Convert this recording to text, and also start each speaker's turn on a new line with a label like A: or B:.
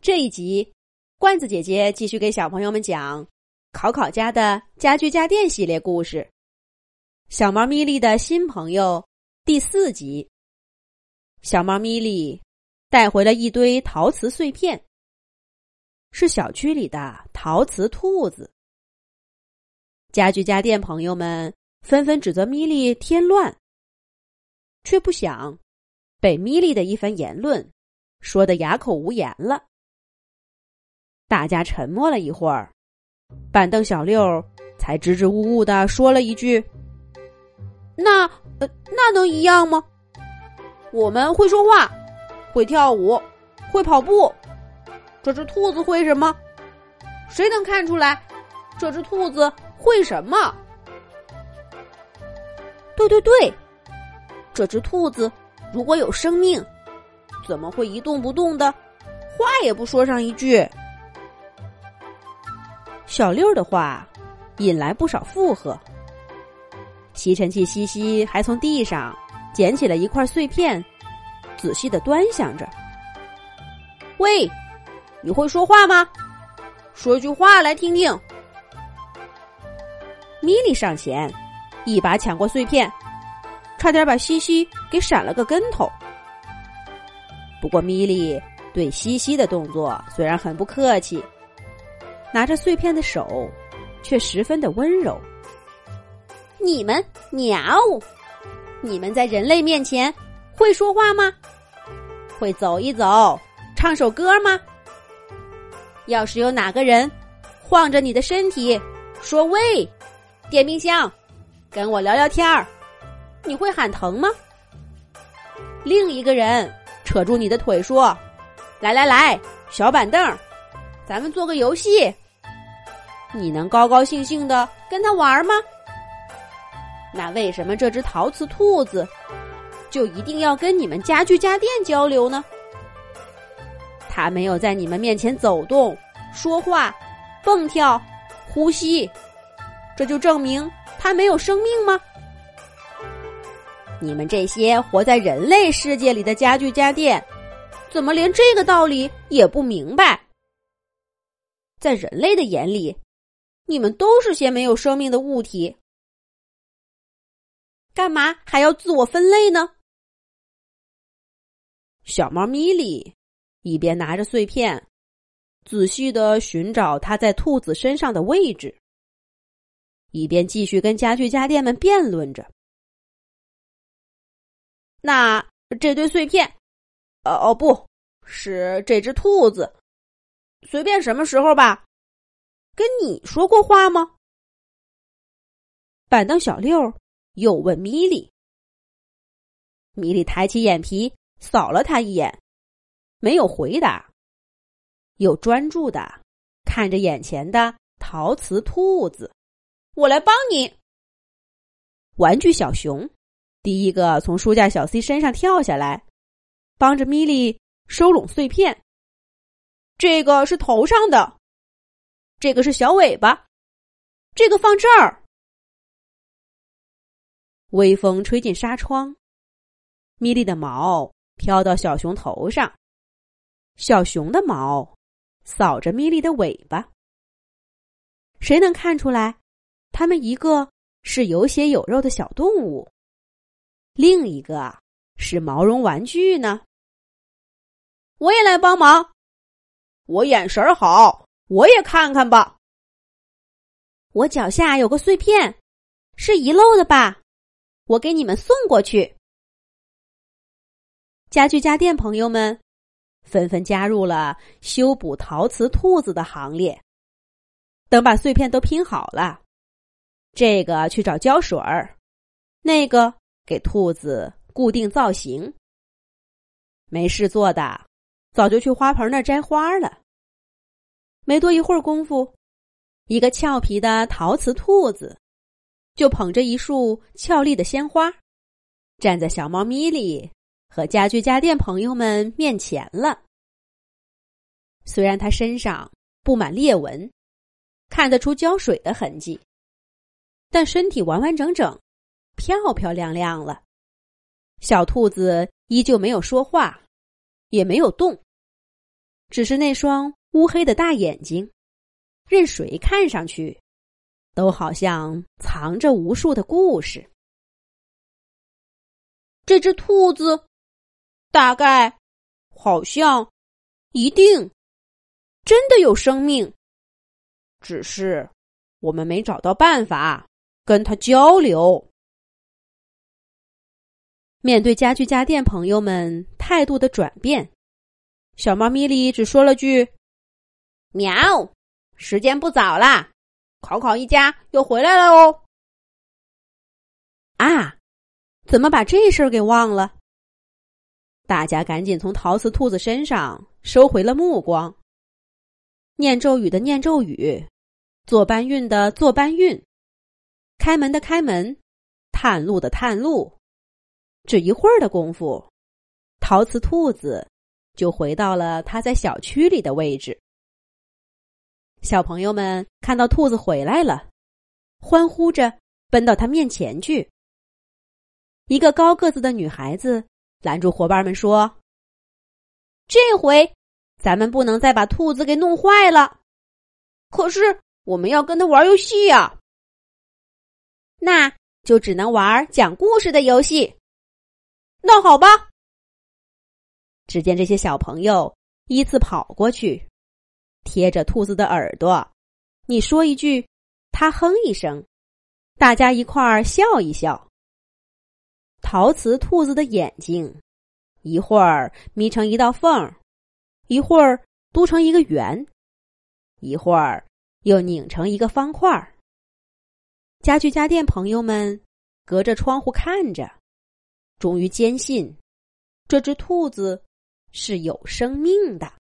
A: 这一集，罐子姐姐继续给小朋友们讲考考家的家具家电系列故事，《小猫咪莉的新朋友》第4集。小猫咪莉带回了一堆陶瓷碎片，是小区里的陶瓷兔子。家具家电朋友们纷纷指责咪莉添乱，却不想被咪莉的一番言论说得哑口无言了。大家沉默了一会儿，板凳小六才支支吾吾地说了一句：那能一样吗？我们会说话，会跳舞，会跑步，这只兔子会什么？谁能看出来这只兔子会什么？对，这只兔子如果有生命，怎么会一动不动的，话也不说上一句？小六的话引来不少附和。吸尘器西西还从地上捡起了一块碎片，仔细地端详着。喂，你会说话吗？说句话来听听。咪莉上前一把抢过碎片，差点把西西给闪了个跟头。不过咪莉对西西的动作虽然很不客气，拿着碎片的手却十分的温柔。你们喵，你们在人类面前会说话吗？会走一走，唱首歌吗？要是有哪个人晃着你的身体说喂，电冰箱，跟我聊聊天儿，你会喊疼吗？另一个人扯住你的腿说，来，小板凳，咱们做个游戏，你能高高兴兴地跟他玩吗？那为什么这只陶瓷兔子就一定要跟你们家具家电交流呢？它没有在你们面前走动、说话、蹦跳、呼吸，这就证明它没有生命吗？你们这些活在人类世界里的家具家电，怎么连这个道理也不明白？在人类的眼里，你们都是些没有生命的物体，干嘛还要自我分类呢？小猫咪莉一边拿着碎片，仔细地寻找它在兔子身上的位置，一边继续跟家具家电们辩论着。那这堆碎片，不是这只兔子，随便什么时候吧，跟你说过话吗？板凳小六又问咪莉。咪莉抬起眼皮扫了他一眼，没有回答，又专注地看着眼前的陶瓷兔子。我来帮你。玩具小熊第一个从书架小 C 身上跳下来，帮着咪莉收拢碎片。这个是头上的，这个是小尾巴，这个放这儿。微风吹进纱窗，咪莉的毛飘到小熊头上，小熊的毛扫着咪莉的尾巴。谁能看出来，它们一个是有血有肉的小动物，另一个是毛绒玩具呢？我也来帮忙，我眼神好，我也看看吧。我脚下有个碎片，是遗漏的吧？我给你们送过去。家具家电朋友们纷纷加入了修补陶瓷兔子的行列。等把碎片都拼好了，这个去找胶水儿，那个给兔子固定造型。没事做的早就去花盆那儿摘花了。没多一会儿功夫，一个俏皮的陶瓷兔子就捧着一束俏丽的鲜花，站在小猫咪莉和家具家电朋友们面前了。虽然它身上布满裂纹，看得出胶水的痕迹，但身体完完整整，漂漂亮亮了。小兔子依旧没有说话，也没有动， 只是那双乌黑的大眼睛，任谁看上去都好像藏着无数的故事。这只兔子大概、好像、一定真的有生命，只是我们没找到办法跟它交流。面对家具家电朋友们态度的转变，小猫咪莉只说了句：“喵，时间不早啦，考考一家又回来了哦。”啊，怎么把这事儿给忘了？大家赶紧从陶瓷兔子身上收回了目光。念咒语的念咒语，做搬运的做搬运，开门的开门，探路的探路。只一会儿的功夫，陶瓷兔子就回到了它在小区里的位置。小朋友们看到兔子回来了，欢呼着奔到它面前去。一个高个子的女孩子拦住伙伴们说：“这回咱们不能再把兔子给弄坏了，可是我们要跟它玩游戏呀。”“那就只能玩讲故事的游戏。”“那好吧。”只见这些小朋友依次跑过去，贴着兔子的耳朵，你说一句，他哼一声，大家一块儿笑一笑。陶瓷兔子的眼睛一会儿眯成一道缝，一会儿嘟成一个圆，一会儿又拧成一个方块。家具家电朋友们隔着窗户看着，终于坚信这只兔子是有生命的。